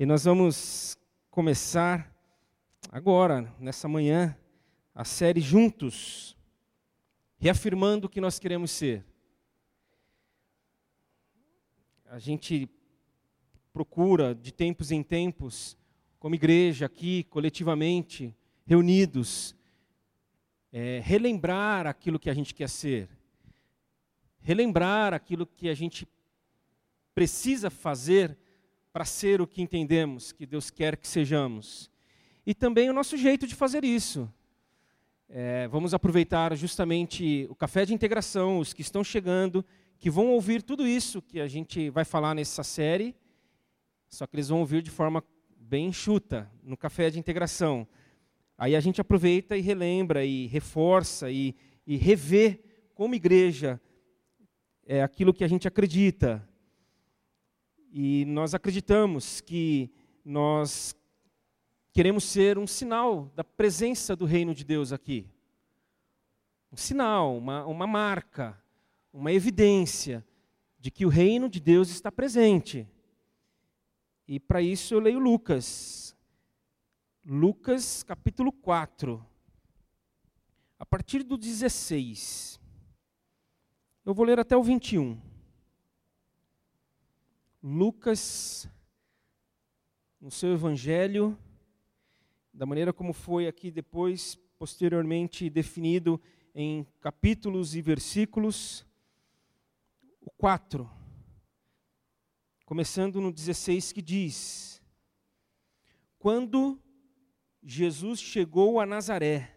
E nós vamos começar agora, nessa manhã, a série Juntos, reafirmando o que nós queremos ser. A gente procura, de tempos em tempos, como igreja aqui, coletivamente, reunidos, relembrar aquilo que a gente quer ser, relembrar aquilo que a gente precisa fazer para ser o que entendemos que Deus quer que sejamos. E também o nosso jeito de fazer isso. Vamos aproveitar justamente o café de integração, os que estão chegando, que vão ouvir tudo isso que a gente vai falar nessa série, só que eles vão ouvir de forma bem enxuta, no café de integração. Aí a gente aproveita e relembra, e reforça, e revê como igreja aquilo que a gente acredita. E nós acreditamos que nós queremos ser um sinal da presença do reino de Deus aqui. Um sinal, uma marca, uma evidência de que o reino de Deus está presente. E para isso eu leio Lucas. Lucas capítulo 4. A partir do 16. Eu vou ler até o 21. Lucas, no seu evangelho, da maneira como foi aqui depois, posteriormente definido em capítulos e versículos, o 4, começando no 16, que diz: Quando Jesus chegou a Nazaré,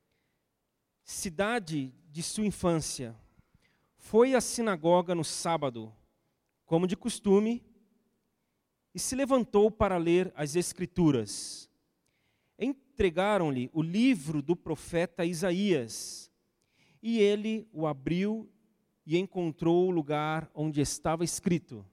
cidade de sua infância, foi à sinagoga no sábado, como de costume, e se levantou para ler as Escrituras. Entregaram-lhe o livro do profeta Isaías, e ele o abriu e encontrou o lugar onde estava escrito: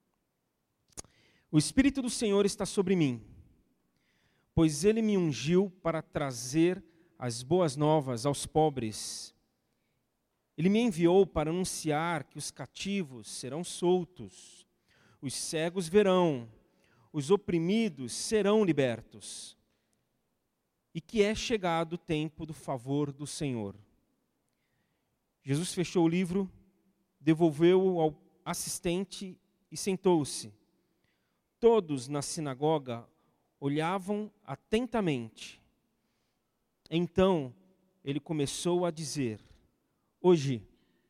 O Espírito do Senhor está sobre mim, pois ele me ungiu para trazer as boas novas aos pobres. Ele me enviou para anunciar que os cativos serão soltos, os cegos verão, os oprimidos serão libertos, e que é chegado o tempo do favor do Senhor. Jesus fechou o livro, devolveu-o ao assistente e sentou-se. Todos na sinagoga olhavam atentamente. Então ele começou a dizer: Hoje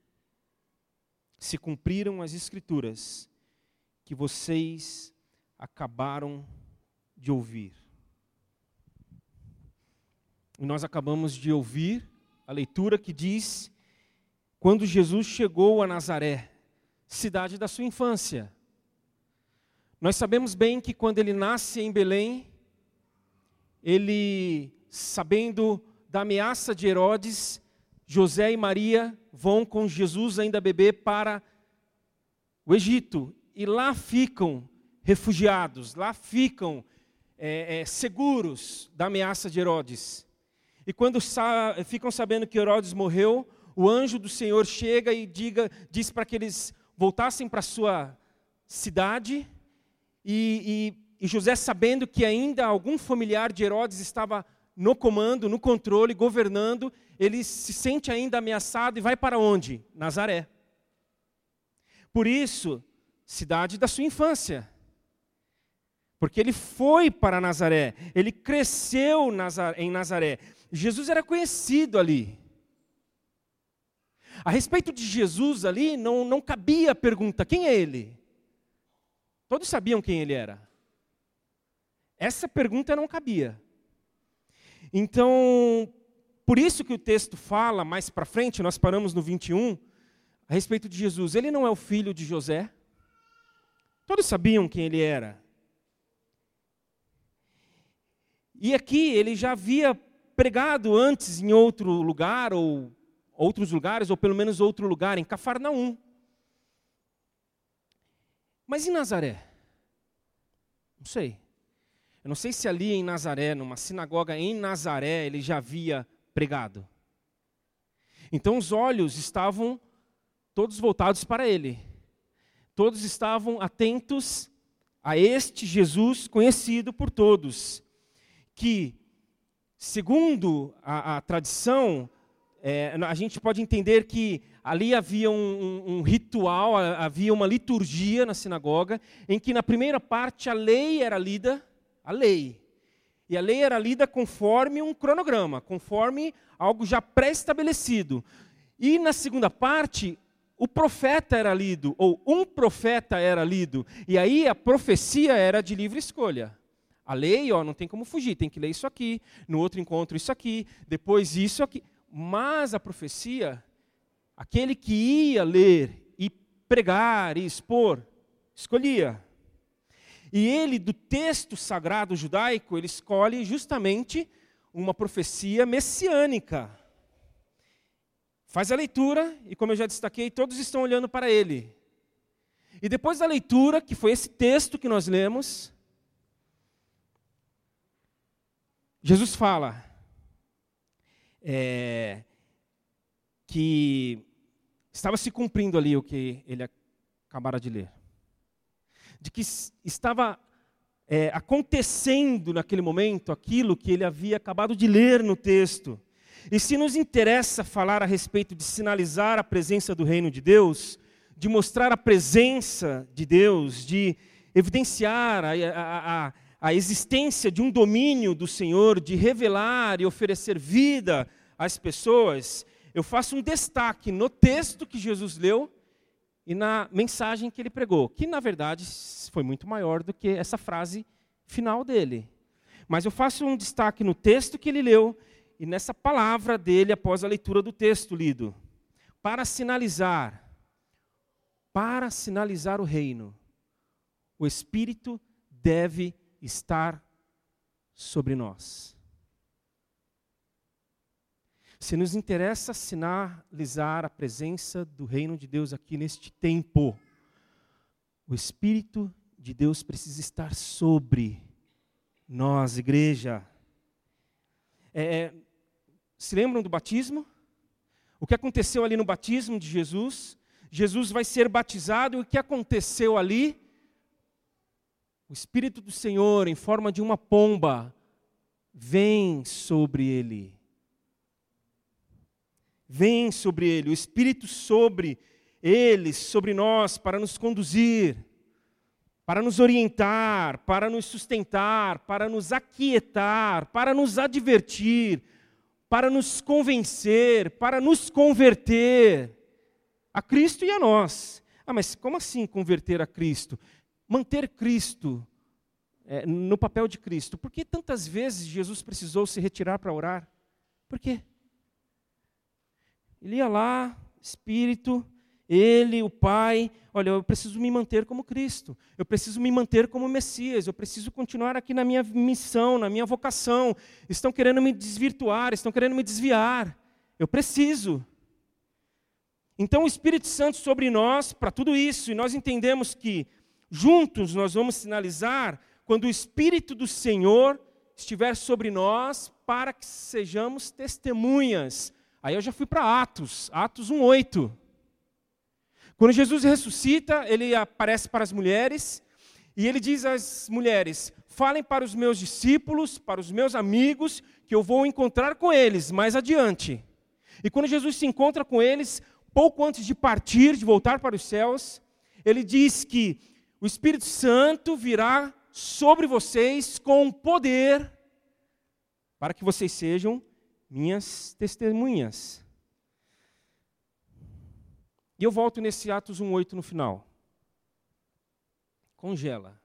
se cumpriram as Escrituras que vocês acabaram de ouvir. E nós acabamos de ouvir a leitura que diz: Quando Jesus chegou a Nazaré, cidade da sua infância. Nós sabemos bem que quando ele nasce em Belém, ele, sabendo da ameaça de Herodes, José e Maria vão com Jesus ainda bebê para o Egito. E lá ficam refugiados, lá ficam seguros da ameaça de Herodes. E quando ficam sabendo que Herodes morreu, o anjo do Senhor chega e diz para que eles voltassem para a sua cidade. E José, sabendo que ainda algum familiar de Herodes estava no comando, no controle, governando, ele se sente ainda ameaçado e vai para onde? Nazaré. Por isso, cidade da sua infância. Porque ele foi para Nazaré, ele cresceu em Nazaré. Jesus era conhecido ali. A respeito de Jesus ali, não cabia a pergunta: quem é ele? Todos sabiam quem ele era. Essa pergunta não cabia. Então, por isso que o texto fala mais para frente, nós paramos no 21, a respeito de Jesus. Ele não é o filho de José? Todos sabiam quem ele era. E aqui ele já havia pregado antes em outro lugar, ou outros lugares, ou pelo menos outro lugar, em Cafarnaum. Mas em Nazaré? Não sei. Eu não sei se ali em Nazaré, numa sinagoga em Nazaré, ele já havia pregado. Então os olhos estavam todos voltados para ele. Todos estavam atentos a este Jesus conhecido por todos, que, segundo a tradição, a gente pode entender que ali havia um ritual, havia uma liturgia na sinagoga, em que na primeira parte a lei era lida, a lei. E a lei era lida conforme um cronograma, conforme algo já pré-estabelecido. E na segunda parte, o profeta era lido, ou um profeta era lido. E aí a profecia era de livre escolha. A lei, não tem como fugir, tem que ler isso aqui, no outro encontro isso aqui, depois isso aqui. Mas a profecia, aquele que ia ler e pregar e expor, escolhia. E ele, do texto sagrado judaico, ele escolhe justamente uma profecia messiânica. Faz a leitura, e como eu já destaquei, todos estão olhando para ele. E depois da leitura, que foi esse texto que nós lemos, Jesus fala que estava se cumprindo ali o que ele acabara de ler. De que estava acontecendo naquele momento aquilo que ele havia acabado de ler no texto. E se nos interessa falar a respeito de sinalizar a presença do reino de Deus, de mostrar a presença de Deus, de evidenciar a existência de um domínio do Senhor, de revelar e oferecer vida às pessoas, eu faço um destaque no texto que Jesus leu e na mensagem que ele pregou, que na verdade foi muito maior do que essa frase final dele. Mas eu faço um destaque no texto que ele leu e nessa palavra dele após a leitura do texto lido, para sinalizar o reino, o Espírito deve estar sobre nós. Se nos interessa sinalizar a presença do reino de Deus aqui neste tempo, o Espírito de Deus precisa estar sobre nós, igreja. Se lembram do batismo? O que aconteceu ali no batismo de Jesus? Jesus vai ser batizado e o que aconteceu ali? O Espírito do Senhor, em forma de uma pomba, vem sobre ele. Vem sobre ele, o Espírito sobre ele, sobre nós, para nos conduzir, para nos orientar, para nos sustentar, para nos aquietar, para nos advertir, para nos convencer, para nos converter a Cristo e a nós. Mas como assim converter a Cristo? Manter Cristo no papel de Cristo. Por que tantas vezes Jesus precisou se retirar para orar? Por quê? Ele ia lá, Espírito, ele, o Pai, olha, eu preciso me manter como Cristo, eu preciso me manter como Messias, eu preciso continuar aqui na minha missão, na minha vocação. Estão querendo me desvirtuar, estão querendo me desviar. Eu preciso. Então o Espírito Santo sobre nós, para tudo isso, e nós entendemos que juntos nós vamos sinalizar quando o Espírito do Senhor estiver sobre nós, para que sejamos testemunhas. Aí eu já fui para Atos 1:8. Quando Jesus ressuscita, ele aparece para as mulheres, e ele diz às mulheres: falem para os meus discípulos, para os meus amigos, que eu vou encontrar com eles mais adiante. E quando Jesus se encontra com eles, pouco antes de partir, de voltar para os céus, ele diz que o Espírito Santo virá sobre vocês com poder, para que vocês sejam minhas testemunhas. E eu volto nesse Atos 1:8 no final. Congela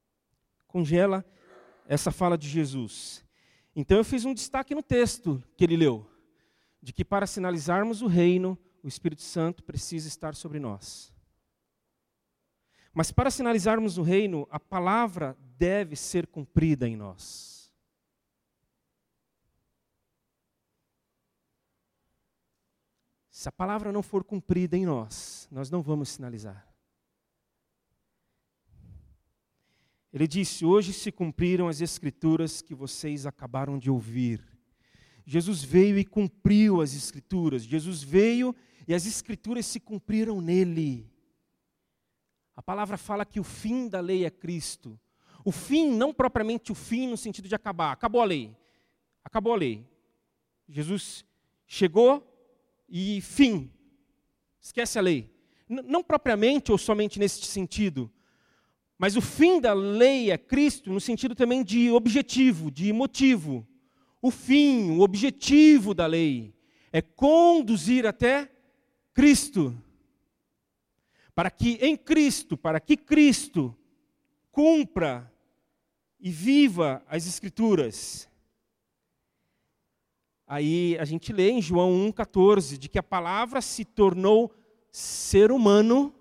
essa fala de Jesus. Então eu fiz um destaque no texto que ele leu, de que para sinalizarmos o reino, o Espírito Santo precisa estar sobre nós. Mas para sinalizarmos o reino, a palavra deve ser cumprida em nós. Se a palavra não for cumprida em nós, nós não vamos sinalizar. Ele disse: hoje se cumpriram as escrituras que vocês acabaram de ouvir. Jesus veio e cumpriu as escrituras. Jesus veio e as escrituras se cumpriram nele. A palavra fala que o fim da lei é Cristo. O fim, não propriamente o fim no sentido de acabar. Acabou a lei. Acabou a lei. Jesus chegou e fim. Esquece a lei. Não propriamente ou somente nesse sentido. Mas o fim da lei é Cristo no sentido também de objetivo, de motivo. O fim, o objetivo da lei é conduzir até Cristo. Para que Cristo cumpra e viva as Escrituras. Aí a gente lê em João 1,14, de que a palavra se tornou ser humano,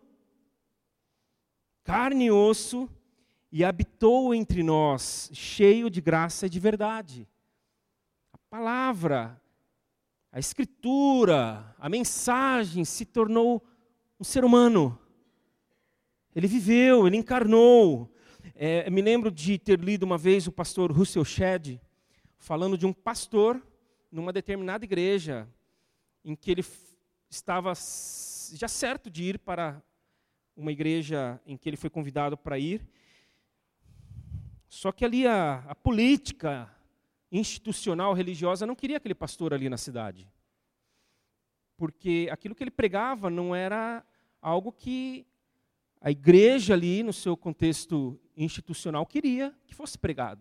carne e osso, e habitou entre nós, cheio de graça e de verdade. A palavra, a Escritura, a mensagem se tornou um ser humano. Ele viveu, ele encarnou. Me lembro de ter lido uma vez o pastor Russell Shedd, falando de um pastor numa determinada igreja, em que ele estava já certo de ir para uma igreja em que ele foi convidado para ir. Só que ali a política institucional, religiosa, não queria aquele pastor ali na cidade. Porque aquilo que ele pregava não era algo que a igreja ali, no seu contexto institucional, queria que fosse pregado.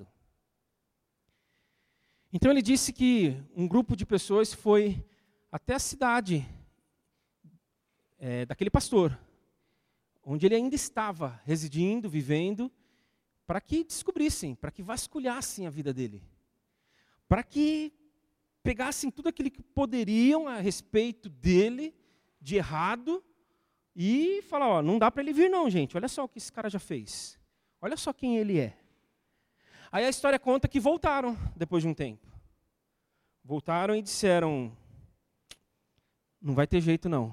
Então ele disse que um grupo de pessoas foi até a cidade daquele pastor, onde ele ainda estava residindo, vivendo, para que descobrissem, para que vasculhassem a vida dele, para que pegassem tudo aquilo que poderiam a respeito dele, de errado, e falar, ó, não dá para ele vir não, gente, olha só o que esse cara já fez, olha só quem ele é. Aí a história conta que voltaram, depois de um tempo. Voltaram e disseram, não vai ter jeito não.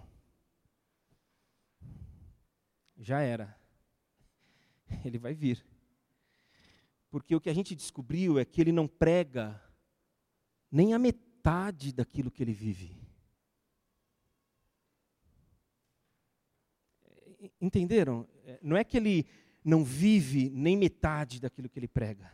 Já era. Ele vai vir. Porque o que a gente descobriu é que ele não prega nem a metade daquilo que ele vive. Entenderam? Não é que ele não vive nem metade daquilo que ele prega.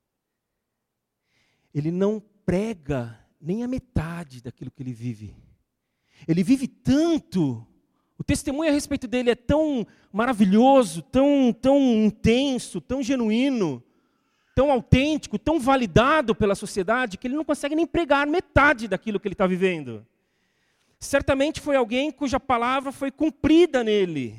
Ele não prega nem a metade daquilo que ele vive. Ele vive tanto, o testemunho a respeito dele é tão maravilhoso, tão intenso, tão genuíno, tão autêntico, tão validado pela sociedade, que ele não consegue nem pregar metade daquilo que ele está vivendo. Certamente foi alguém cuja palavra foi cumprida nele.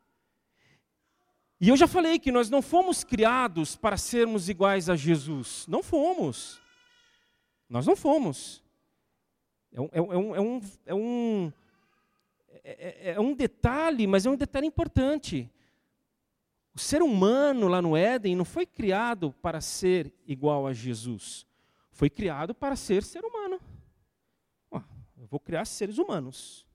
E eu já falei que nós não fomos criados para sermos iguais a Jesus. Não fomos. Nós não fomos. É um detalhe, mas é um detalhe importante. O ser humano lá no Éden não foi criado para ser igual a Jesus. Foi criado para ser ser humano. Eu vou criar seres humanos.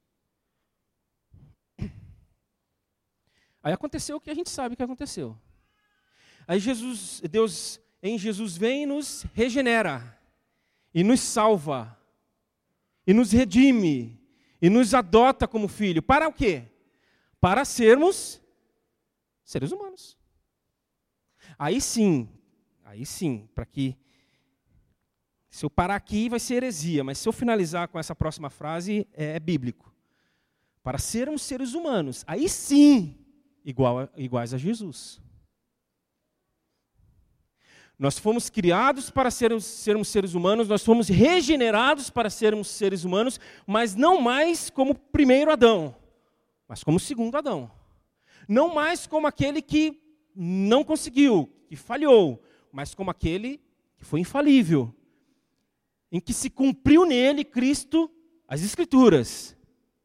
Aí aconteceu o que a gente sabe que aconteceu. Aí Deus em Jesus vem e nos regenera, e nos salva, e nos redime, e nos adota como filho. Para o quê? Para sermos seres humanos. Aí sim, para que, se eu parar aqui vai ser heresia, mas se eu finalizar com essa próxima frase, é bíblico. Para sermos seres humanos, aí sim, iguais a Jesus. Nós fomos criados para sermos seres humanos, nós fomos regenerados para sermos seres humanos, mas não mais como o primeiro Adão, mas como o segundo Adão. Não mais como aquele que não conseguiu, que falhou, mas como aquele que foi infalível, em que se cumpriu nele, Cristo, as Escrituras.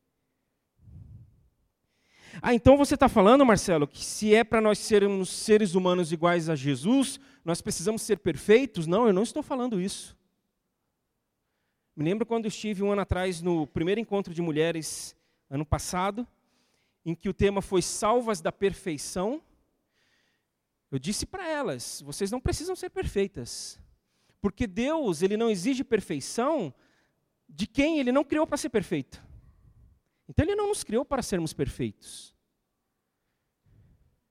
Então você está falando, Marcelo, que se é para nós sermos seres humanos iguais a Jesus, nós precisamos ser perfeitos? Não, eu não estou falando isso. Me lembro quando eu estive um ano atrás no primeiro encontro de mulheres, ano passado, em que o tema foi salvas da perfeição. Eu disse para elas, vocês não precisam ser perfeitas, porque Deus, Ele não exige perfeição de quem Ele não criou para ser perfeito. Então Ele não nos criou para sermos perfeitos.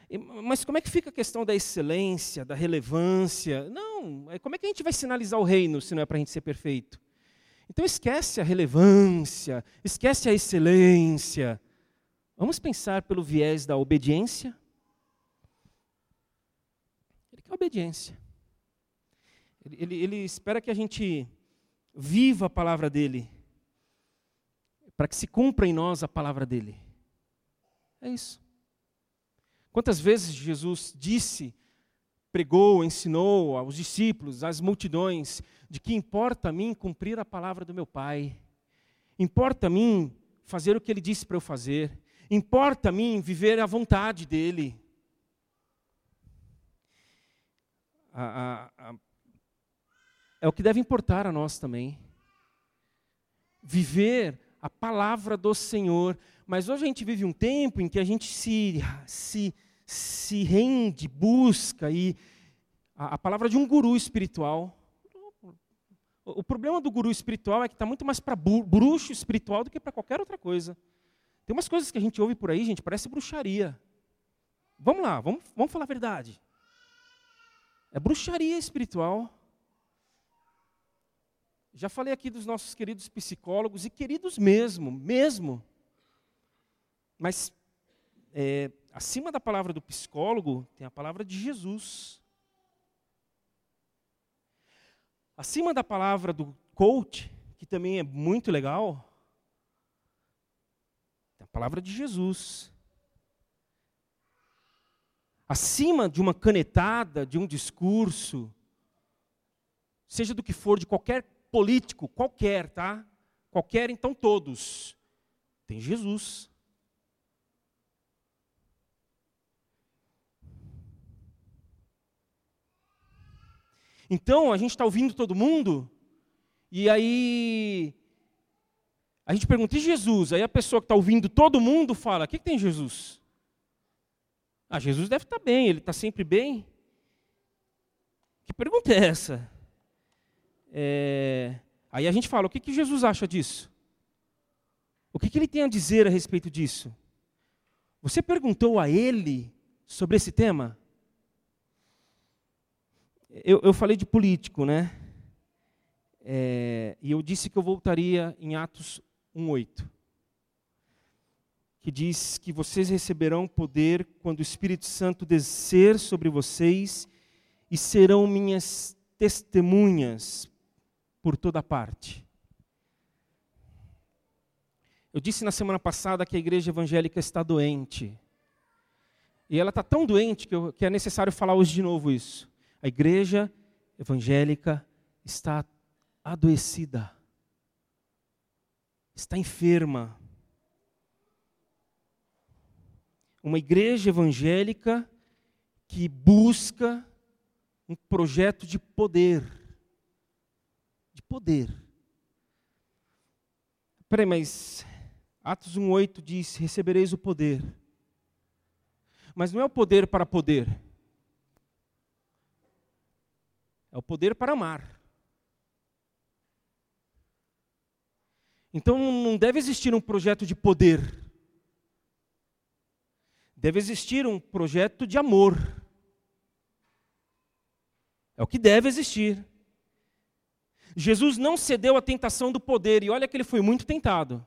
Mas como é que fica a questão da excelência, da relevância? Não, como é que a gente vai sinalizar o reino se não é para a gente ser perfeito? Então esquece a relevância, esquece a excelência. Vamos pensar pelo viés da obediência? Ele quer obediência. Ele espera que a gente viva a palavra dele, para que se cumpra em nós a palavra dele. É isso. Quantas vezes Jesus disse, pregou, ensinou aos discípulos, às multidões, de que importa a mim cumprir a palavra do meu Pai, importa a mim fazer o que Ele disse para eu fazer, importa a mim viver a vontade dEle. É o que deve importar a nós também. Viver a palavra do Senhor. Mas hoje a gente vive um tempo em que a gente se rende, busca, e a palavra de um guru espiritual. O problema do guru espiritual é que está muito mais para bruxo espiritual do que para qualquer outra coisa. Tem umas coisas que a gente ouve por aí, gente, parece bruxaria. Vamos lá, vamos falar a verdade. É bruxaria espiritual. Já falei aqui dos nossos queridos psicólogos, e queridos mesmo. Mas acima da palavra do psicólogo, tem a palavra de Jesus. Acima da palavra do coach, que também é muito legal, tem a palavra de Jesus. Acima de uma canetada, de um discurso, seja do que for, de qualquer político, qualquer, tá? Qualquer, então todos. Tem Jesus. Então, a gente está ouvindo todo mundo, e aí a gente pergunta, e Jesus? Aí a pessoa que está ouvindo todo mundo fala, o que tem Jesus? Ah, Jesus deve estar bem, ele está sempre bem. Que pergunta é essa? Aí a gente fala, o que Jesus acha disso? O que ele tem a dizer a respeito disso? Você perguntou a ele sobre esse tema? Eu falei de político, né? E eu disse que eu voltaria em Atos 1:8, que diz que vocês receberão poder quando o Espírito Santo descer sobre vocês e serão minhas testemunhas por toda parte. Eu disse na semana passada que a igreja evangélica está doente. E ela está tão doente que é necessário falar hoje de novo isso. A igreja evangélica está adoecida. Está enferma. Uma igreja evangélica que busca um projeto de poder. De poder. Peraí, mas Atos 1:8 diz, recebereis o poder. Mas não é o poder para poder. É o poder para amar. Então não deve existir um projeto de poder. Deve existir um projeto de amor. É o que deve existir. Jesus não cedeu à tentação do poder, e olha que ele foi muito tentado.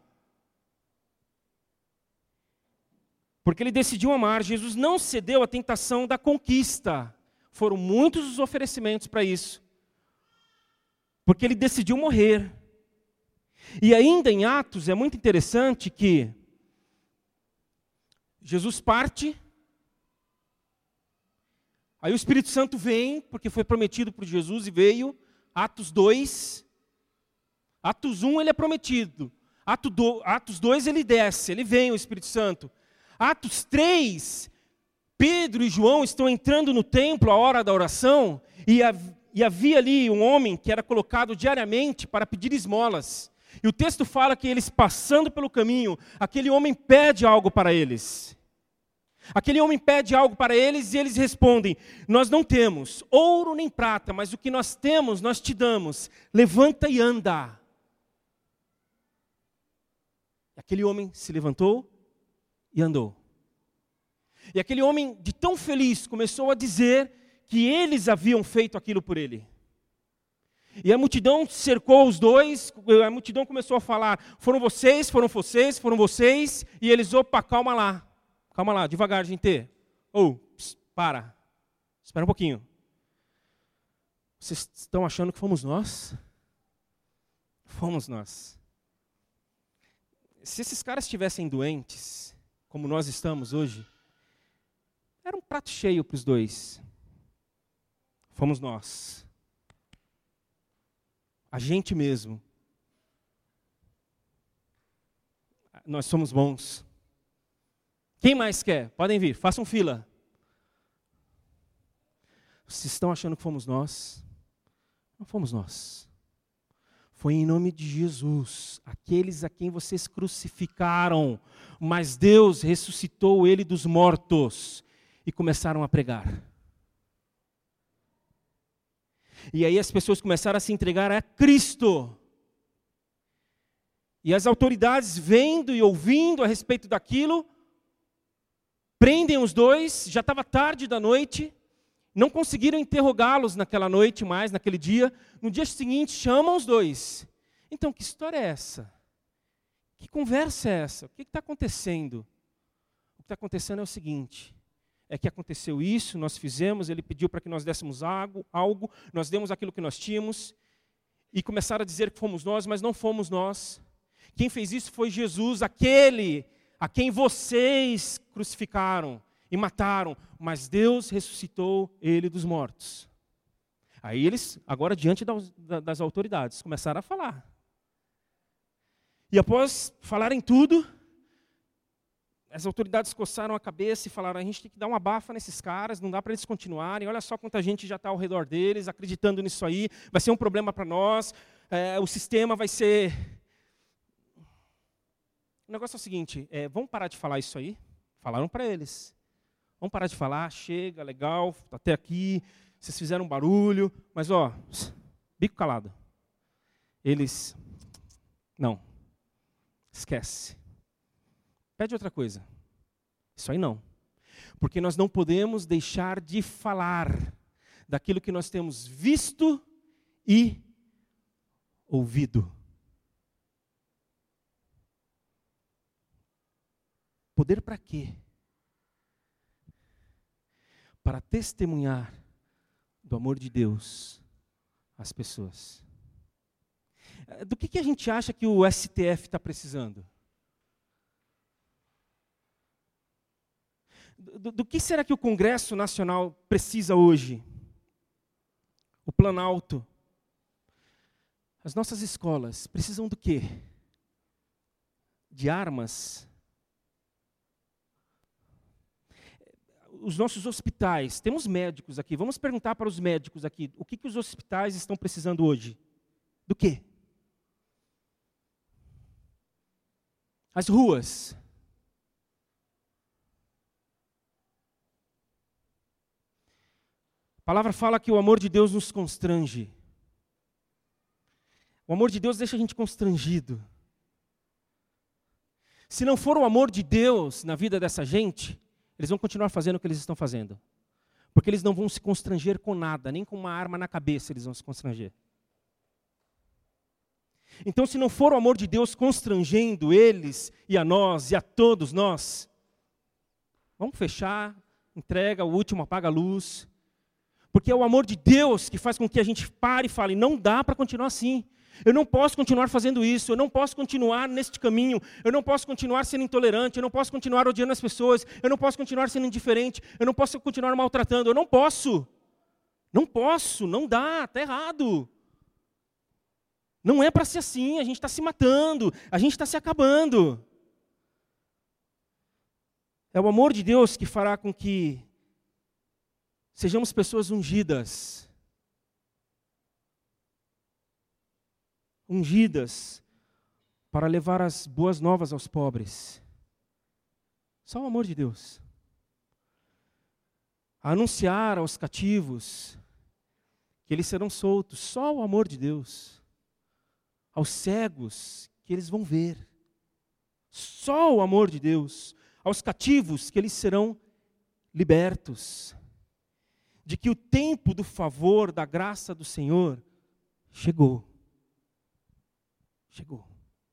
Porque ele decidiu amar. Jesus não cedeu à tentação da conquista. Foram muitos os oferecimentos para isso. Porque ele decidiu morrer. E ainda em Atos é muito interessante que Jesus parte, aí o Espírito Santo vem, porque foi prometido por Jesus e veio. Atos 2, Atos 1 ele é prometido. Atos 2 ele desce, ele vem o Espírito Santo. Atos 3, Pedro e João estão entrando no templo à hora da oração, e havia ali um homem que era colocado diariamente para pedir esmolas. E o texto fala que eles passando pelo caminho, aquele homem pede algo para eles. Aquele homem pede algo para eles e eles respondem, nós não temos ouro nem prata, mas o que nós temos nós te damos, levanta e anda. Aquele homem se levantou e andou. E aquele homem, de tão feliz, começou a dizer que eles haviam feito aquilo por ele. E a multidão cercou os dois, a multidão começou a falar, foram vocês, foram vocês, foram vocês, e eles, opa, calma lá, devagar, gente. Para, espera um pouquinho. Vocês estão achando que fomos nós? Fomos nós. Se esses caras estivessem doentes, como nós estamos hoje, era um prato cheio para os dois. Fomos nós. A gente mesmo. Nós somos bons. Quem mais quer? Podem vir, façam fila. Vocês estão achando que fomos nós? Não fomos nós. Foi em nome de Jesus, aqueles a quem vocês crucificaram, mas Deus ressuscitou ele dos mortos e começaram a pregar. E aí as pessoas começaram a se entregar a Cristo. E as autoridades, vendo e ouvindo a respeito daquilo, prendem os dois, já estava tarde da noite, não conseguiram interrogá-los naquela noite mais, naquele dia. No dia seguinte, chamam os dois. Então, que história é essa? Que conversa é essa? O que está acontecendo? O que está acontecendo é o seguinte, é que aconteceu isso, nós fizemos, ele pediu para que nós dessemos algo, nós demos aquilo que nós tínhamos, e começaram a dizer que fomos nós, mas não fomos nós. Quem fez isso foi Jesus, aquele a quem vocês crucificaram e mataram, mas Deus ressuscitou ele dos mortos. Aí eles, agora diante das autoridades, começaram a falar. E após falarem tudo, as autoridades coçaram a cabeça e falaram, a gente tem que dar uma abafa nesses caras, não dá para eles continuarem, olha só quanta gente já está ao redor deles, acreditando nisso aí, vai ser um problema para nós, o sistema vai ser... O negócio é o seguinte, vamos parar de falar isso aí? Falaram para eles. Vamos parar de falar, chega, legal, até aqui, vocês fizeram barulho, mas bico calado. Eles, não, esquece. Pede outra coisa. Isso aí não. Porque nós não podemos deixar de falar daquilo que nós temos visto e ouvido. Poder para quê? Para testemunhar do amor de Deus às pessoas. Do que a gente acha que o STF está precisando? Do que será que o Congresso Nacional precisa hoje? O Planalto. As nossas escolas precisam do quê? De armas? Os nossos hospitais, temos médicos aqui, vamos perguntar para os médicos aqui, o que os hospitais estão precisando hoje? Do quê? As ruas. A palavra fala que o amor de Deus nos constrange. O amor de Deus deixa a gente constrangido. Se não for o amor de Deus na vida dessa gente, eles vão continuar fazendo o que eles estão fazendo. Porque eles não vão se constranger com nada, nem com uma arma na cabeça eles vão se constranger. Então, se não for o amor de Deus constrangendo eles e a nós e a todos nós, vamos fechar, entrega o último, apaga a luz. Porque é o amor de Deus que faz com que a gente pare e fale, não dá para continuar assim. Eu não posso continuar fazendo isso, eu não posso continuar neste caminho, eu não posso continuar sendo intolerante, eu não posso continuar odiando as pessoas, eu não posso continuar sendo indiferente, eu não posso continuar maltratando, eu não posso. Não posso, não dá, está errado. Não é para ser assim, a gente está se matando, a gente está se acabando. É o amor de Deus que fará com que sejamos pessoas ungidas. Ungidas para levar as boas novas aos pobres. Só o amor de Deus. A anunciar aos cativos que eles serão soltos. Só o amor de Deus. Aos cegos que eles vão ver. Só o amor de Deus. Aos cativos que eles serão libertos, de que o tempo do favor, da graça do Senhor chegou. Chegou.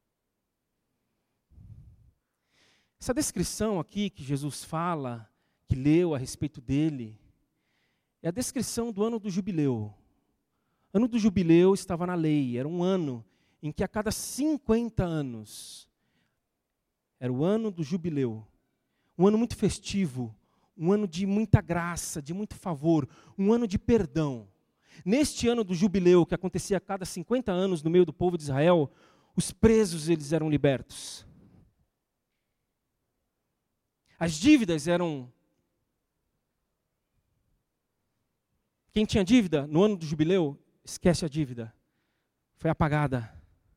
Essa descrição aqui que Jesus fala, que leu a respeito dele, é a descrição do ano do jubileu. O ano do jubileu estava na lei, era um ano em que a cada 50 anos, era o ano do jubileu, um ano muito festivo, um ano de muita graça, de muito favor, um ano de perdão. Neste ano do jubileu, que acontecia a cada 50 anos no meio do povo de Israel, os presos eles eram libertos. As dívidas eram... Quem tinha dívida no ano do jubileu, esquece a dívida. Foi apagada.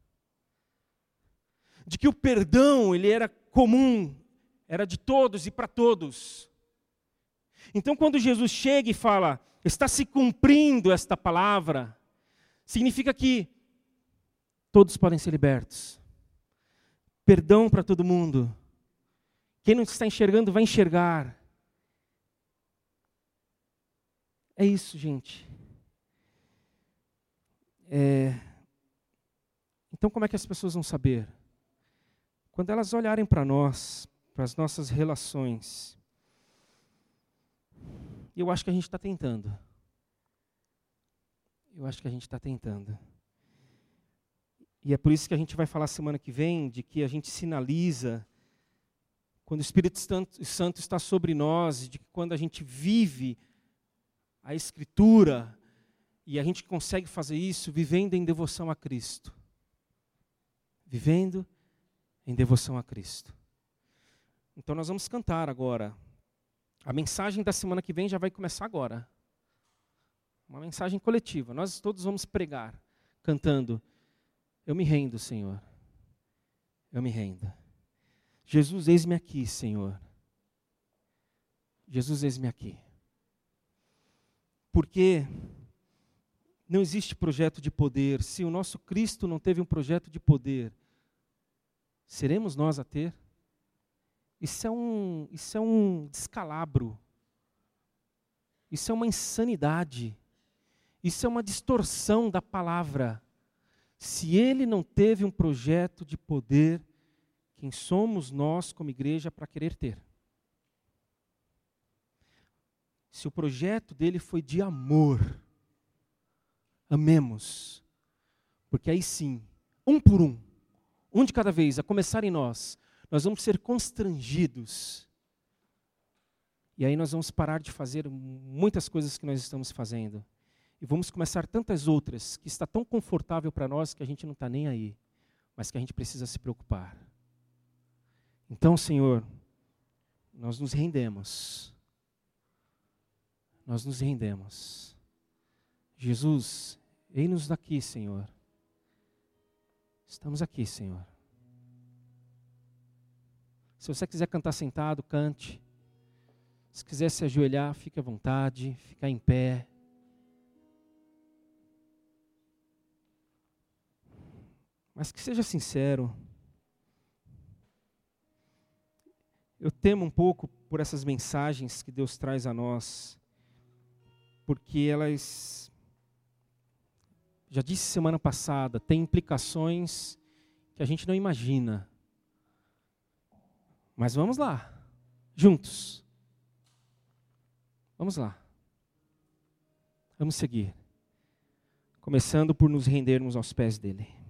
De que o perdão, ele era comum, era de todos e para todos. Então, quando Jesus chega e fala, está se cumprindo esta palavra, significa que todos podem ser libertos. Perdão para todo mundo. Quem não está enxergando, vai enxergar. É isso, gente. Então, como é que as pessoas vão saber? Quando elas olharem para nós, para as nossas relações. Eu acho que a gente está tentando. E é por isso que a gente vai falar semana que vem, de que a gente sinaliza, quando o Espírito Santo está sobre nós, de que quando a gente vive a Escritura, e a gente consegue fazer isso vivendo em devoção a Cristo. Vivendo em devoção a Cristo. Então nós vamos cantar agora. A mensagem da semana que vem já vai começar agora. Uma mensagem coletiva. Nós todos vamos pregar, cantando. Eu me rendo, Senhor. Eu me rendo. Jesus, eis-me aqui, Senhor. Jesus, eis-me aqui. Porque não existe projeto de poder. Se o nosso Cristo não teve um projeto de poder, seremos nós a ter? Isso é um descalabro. Isso é uma insanidade. Isso é uma distorção da palavra. Se ele não teve um projeto de poder, quem somos nós como igreja para querer ter? Se o projeto dele foi de amor, amemos. Porque aí sim, um por um de cada vez, a começar em nós vamos ser constrangidos. E aí nós vamos parar de fazer muitas coisas que nós estamos fazendo. E vamos começar tantas outras, que está tão confortável para nós que a gente não está nem aí, mas que a gente precisa se preocupar. Então, Senhor, nós nos rendemos. Nós nos rendemos. Jesus, eis-nos daqui, Senhor. Estamos aqui, Senhor. Se você quiser cantar sentado, cante. Se quiser se ajoelhar, fique à vontade, ficar em pé. Mas que seja sincero. Eu temo um pouco por essas mensagens que Deus traz a nós, porque elas, já disse semana passada, têm implicações que a gente não imagina. Mas vamos lá, juntos. Vamos lá. Vamos seguir. Começando por nos rendermos aos pés dele.